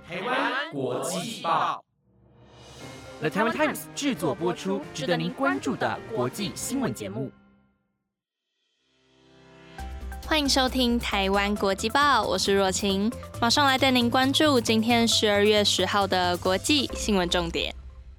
台湾国际报 The Taiwan Times 制作播出，值得您关注的国际新闻节目。 欢迎收听台湾国际报，我是若晴，马上来带您关注今天12月10号的国际新闻重点。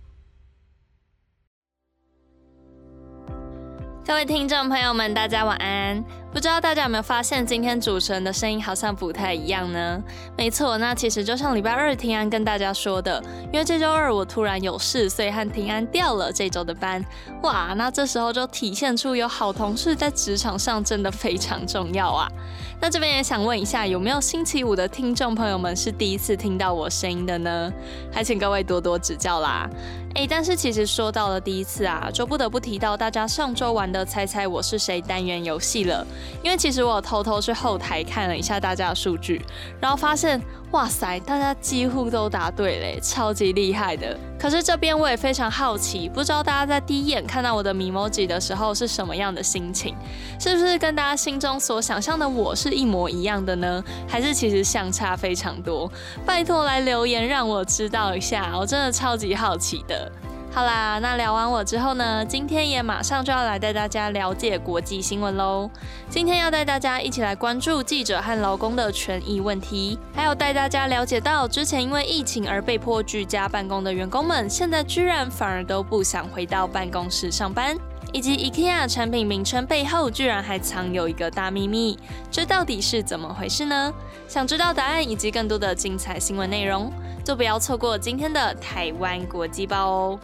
各位听众朋友们，大家晚安。不知道大家有没有发现，今天主持人的声音好像不太一样呢？没错，那其实就像礼拜二庭安跟大家说的，因为这周二我突然有事，所以和庭安调了这周的班。哇，那这时候就体现出有好同事在职场上真的非常重要啊。那这边也想问一下，有没有星期五的听众朋友们是第一次听到我声音的呢？还请各位多多指教啦。但是其实说到了第一次啊，就不得不提到大家上周玩的猜猜我是谁单元游戏了。因为其实我偷偷去后台看了一下大家的数据，然后发现哇塞，大家几乎都答对嘞，超级厉害的。可是这边我也非常好奇，不知道大家在第一眼看到我的 Memoji 的时候是什么样的心情？是不是跟大家心中所想象的我是一模一样的呢？还是其实相差非常多？拜托来留言让我知道一下，我真的超级好奇的。好啦，那聊完我之后呢，今天也马上就要来带大家了解国际新闻咯。今天要带大家一起来关注记者和劳工的权益问题，还有带大家了解到之前因为疫情而被迫居家办公的员工们，现在居然反而都不想回到办公室上班，以及 IKEA 产品名称背后居然还藏有一个大秘密，这到底是怎么回事呢？想知道答案以及更多的精彩新闻内容，就不要错过今天的台湾国际报哦。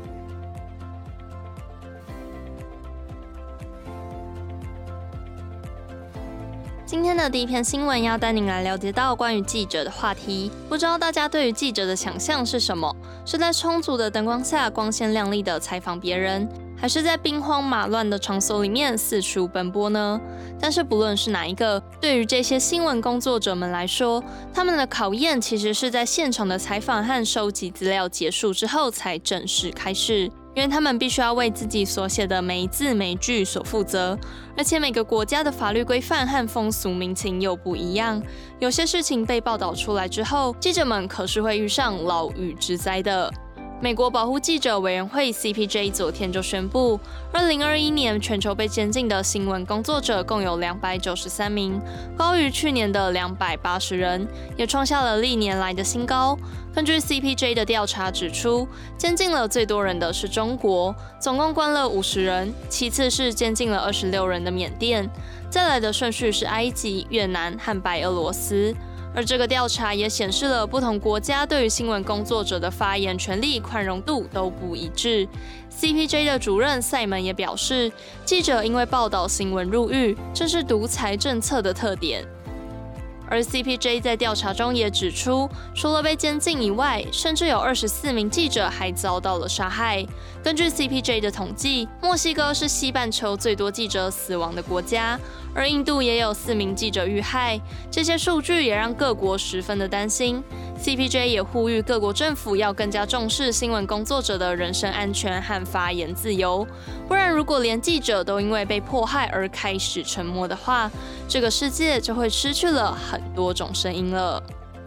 今天的第一篇新闻要带您来了解到关于记者的话题。不知道大家对于记者的想象是什么？是在充足的灯光下光鲜亮丽的采访别人，还是在兵荒马乱的场所里面四处奔波呢？但是不论是哪一个，对于这些新闻工作者们来说，他们的考验其实是在现场的采访和收集资料结束之后才正式开始。因为他们必须要为自己所写的每一字每句所负责，而且每个国家的法律规范和风俗民情又不一样，有些事情被报道出来之后，记者们可是会遇上牢狱之灾的。美国保护记者委员会 CPJ 昨天就宣布，2021年全球被监禁的新闻工作者共有293名，高于去年的280人，也创下了历年来的新高。根据 CPJ 的调查指出，监禁了最多人的是中国，总共关了50人，其次是监禁了26人的缅甸，再来的顺序是埃及、越南和白俄罗斯。而这个调查也显示了不同国家对于新闻工作者的发言权利宽容度都不一致。CPJ 的主任塞门也表示，记者因为报道新闻入狱，这是独裁政策的特点。而 CPJ 在调查中也指出，除了被监禁以外，甚至有24名记者还遭到了杀害。根据 CPJ 的统计，墨西哥是西半球最多记者死亡的国家，而印度也有4名记者遇害。这些数据也让各国十分的担心。CPJ 也呼吁各国政府要更加重视新闻工作者的人身安全和发言自由，不然如果连记者都因为被迫害而开始沉默的话，这个世界就会失去了很多种声音了。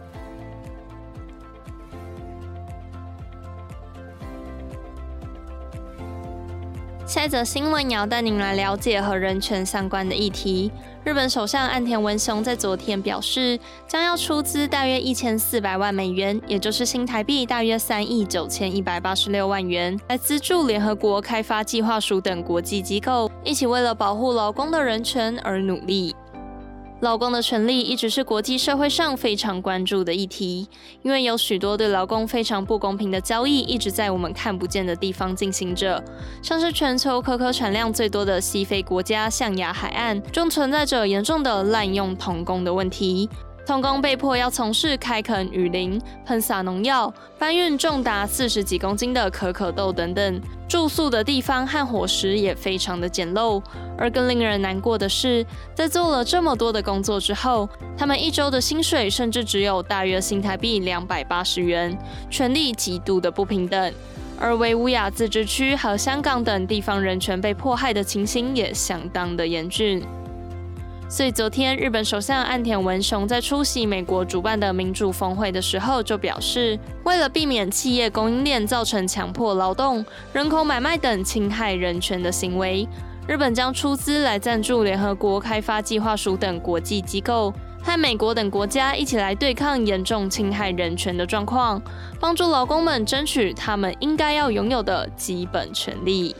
下一则新闻也要带您来了解和人权相关的议题。日本首相岸田文雄在昨天表示，将要出资大约1400万美元，也就是新台币大约3亿9186万元，来资助联合国开发计划署等国际机构，一起为了保护劳工的人权而努力。劳工的权利一直是国际社会上非常关注的议题，因为有许多对劳工非常不公平的交易一直在我们看不见的地方进行着，像是全球可可产量最多的西非国家象牙海岸中存在着严重的滥用童工的问题。童工被迫要从事开垦雨林、喷洒农药、搬运重达40几公斤的可可豆等等，住宿的地方和伙食也非常的简陋。而更令人难过的是，在做了这么多的工作之后，他们一周的薪水甚至只有大约新台币280元，权利极度的不平等。而维吾亚自治区和香港等地方人权被迫害的情形也相当的严峻。 所以昨天日本首相岸田文雄在出席美国主办的民主峰会的时候就表示，为了避免企业供应链造成强迫劳动、人口买卖等侵害人权的行为，日本将出资来赞助联合国开发计划署等国际机构，和美国等国家一起来对抗严重侵害人权的状况，帮助劳工们争取他们应该要拥有的基本权利。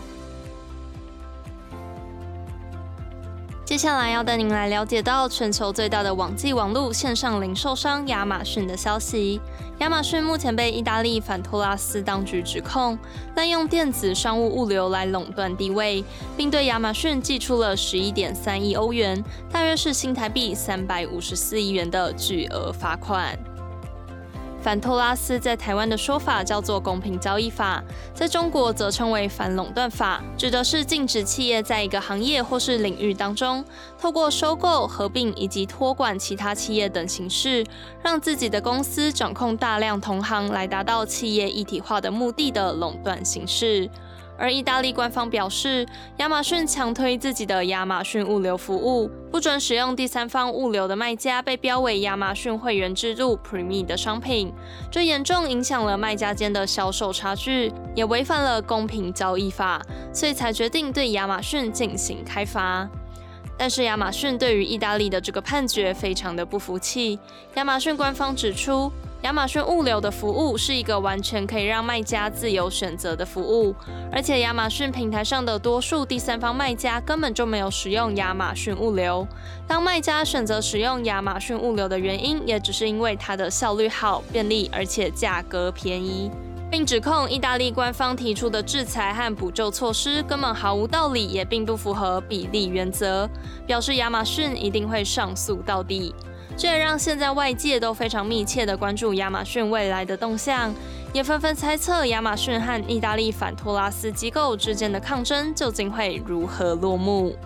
接下来要带您来了解到全球最大的网际网络线上零售商亚马逊的消息。亚马逊目前被意大利反托拉斯当局指控滥用电子商务物流来垄断地位，并对亚马逊寄出了11.3亿欧元，大约是新台币354亿元的巨额罚款。反托拉斯在台湾的说法叫做公平交易法，在中国则称为反垄断法，指的是禁止企业在一个行业或是领域当中，透过收购、合并以及托管其他企业等形式，让自己的公司掌控大量同行，来达到企业一体化的目的的垄断形式。而意大利官方表示，亚马逊强推自己的亚马逊物流服务，不准使用第三方物流的卖家被标为亚马逊会员制度 Premium 的商品，这严重影响了卖家间的销售差距，也违反了公平交易法，所以才决定对亚马逊进行开罚。但是亚马逊对于意大利的这个判决非常的不服气。亚马逊官方指出，亚马逊物流的服务是一个完全可以让卖家自由选择的服务，而且亚马逊平台上的多数第三方卖家根本就没有使用亚马逊物流。当卖家选择使用亚马逊物流的原因，也只是因为它的效率好、便利，而且价格便宜。并指控意大利官方提出的制裁和补救措施根本毫无道理，也并不符合比例原则，表示亚马逊一定会上诉到底。这也让现在外界都非常密切地关注亚马逊未来的动向，也纷纷猜测亚马逊和意大利反托拉斯机构之间的抗争究竟会如何落幕。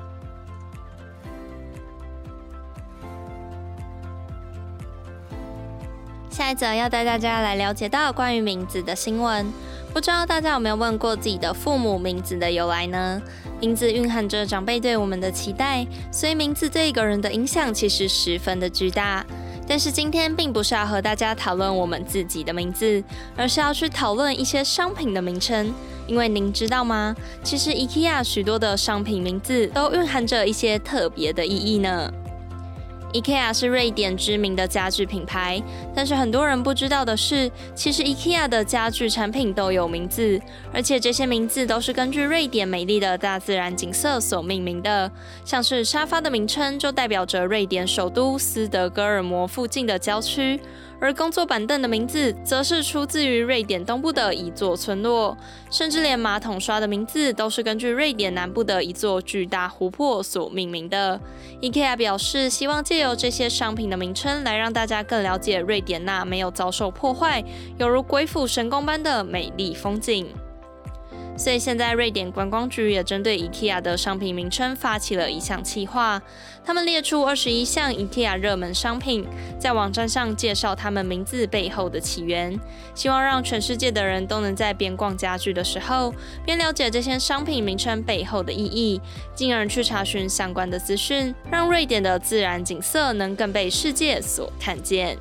下一则要带大家来了解到关于名字的新闻。不知道大家有没有问过自己的父母名字的由来呢？名字蕴含着长辈对我们的期待，所以名字对一个人的影响其实十分的巨大。但是今天并不是要和大家讨论我们自己的名字，而是要去讨论一些商品的名称。因为您知道吗？其实 IKEA 许多的商品名字都蕴含着一些特别的意义呢。IKEA 是瑞典知名的家具品牌，但是很多人不知道的是，其实 IKEA 的家具产品都有名字，而且这些名字都是根据瑞典美丽的大自然景色所命名的。像是沙发的名称就代表着瑞典首都斯德哥尔摩附近的郊区，而工作板凳的名字则是出自于瑞典东部的一座村落，甚至连马桶刷的名字都是根据瑞典南部的一座巨大湖泊所命名的。IKEA 表示，希望借由这些商品的名称来让大家更了解瑞典那没有遭受破坏，犹如鬼斧神工般的美丽风景。所以现在瑞典观光局也针对 IKEA 的商品名称发起了一项企划，他们列出21项 IKEA 热门商品，在网站上介绍他们名字背后的起源，希望让全世界的人都能在边逛家具的时候，边了解这些商品名称背后的意义，进而去查询相关的资讯，让瑞典的自然景色能更被世界所看见。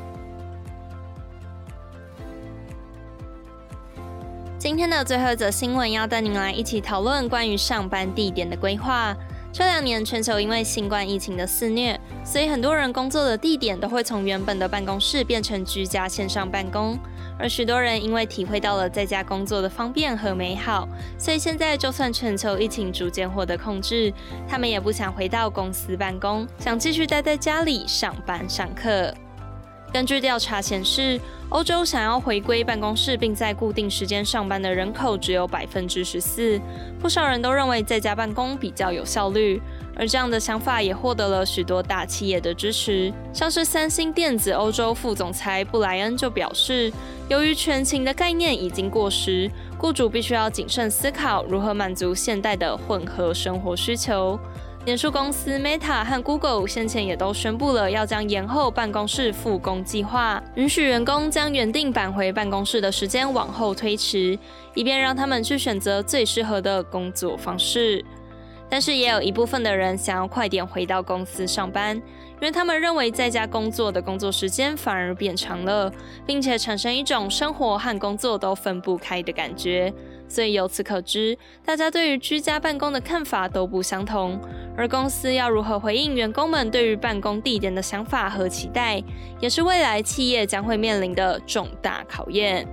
今天的最后一则新闻要带您来一起讨论关于上班地点的规划。这2年全球因为新冠疫情的肆虐，所以很多人工作的地点都会从原本的办公室变成居家线上办公，而许多人因为体会到了在家工作的方便和美好，所以现在就算全球疫情逐渐获得控制，他们也不想回到公司办公，想继续待在家里上班上课。根据调查显示，欧洲想要回归办公室并在固定时间上班的人口只有 14%， 不少人都认为在家办公比较有效率，而这样的想法也获得了许多大企业的支持。像是三星电子欧洲副总裁布莱恩就表示，由于全勤的概念已经过时，雇主必须要谨慎思考如何满足现代的混合生活需求。脸书公司 Meta 和 Google 先前也都宣布了要将延后办公室复工计划，允许员工将原定返回办公室的时间往后推迟，以便让他们去选择最适合的工作方式。 但是也有一部分的人想要快点回到公司上班，因为他们认为在家工作的工作时间反而变长了，并且产生一种生活和工作都分不开的感觉。所以由此可知，大家对于居家办公的看法都不相同，而公司要如何回应员工们对于办公地点的想法和期待，也是未来企业将会面临的重大考验。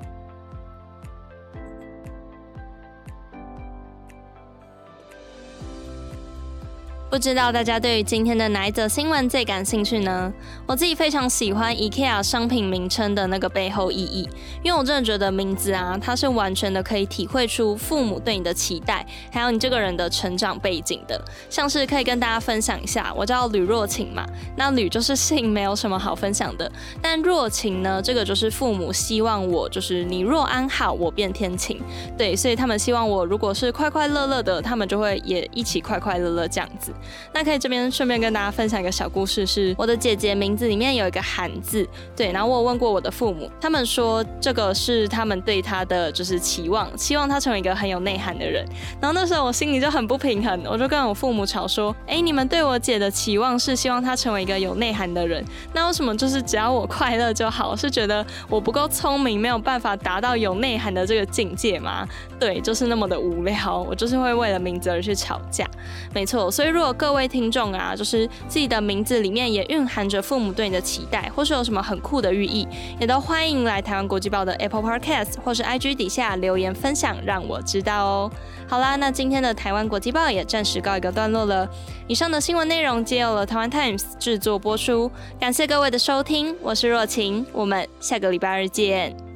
不知道大家对于今天的哪一则新闻最感兴趣呢？我自己非常喜欢 IKEA 商品名称的那个背后意义，因为我真的觉得名字啊，它是完全的可以体会出父母对你的期待，还有你这个人的成长背景的。像是可以跟大家分享一下，我叫吕若晴嘛，那吕就是姓，没有什么好分享的。但若晴呢，这个就是父母希望我就是你若安好，我便天晴。对，所以他们希望我如果是快快乐乐的，他们就会也一起快快乐乐这样子。那可以这边顺便跟大家分享一个小故事，是我的姐姐名字里面有一个韩字，对，然后我有问过我的父母，他们说这个是他们对她的就是期望她成为一个很有内涵的人。然后那时候我心里就很不平衡，我就跟我父母吵说，你们对我姐的期望是希望她成为一个有内涵的人，那为什么就是只要我快乐就好？是觉得我不够聪明，没有办法达到有内涵的这个境界吗？对，就是那么的无聊，我就是会为了名字而去吵架。没错，所以如果各位听众啊，就是自己的名字里面也蕴含着父母对你的期待，或是有什么很酷的寓意，也都欢迎来台湾国际报的 Apple Podcast 或是 IG 底下留言分享，让我知道哦。好啦，那今天的台湾国际报也暂时告一个段落了。以上的新闻内容皆由了台湾 Times 制作播出，感谢各位的收听，我是若晴，我们下个礼拜二见。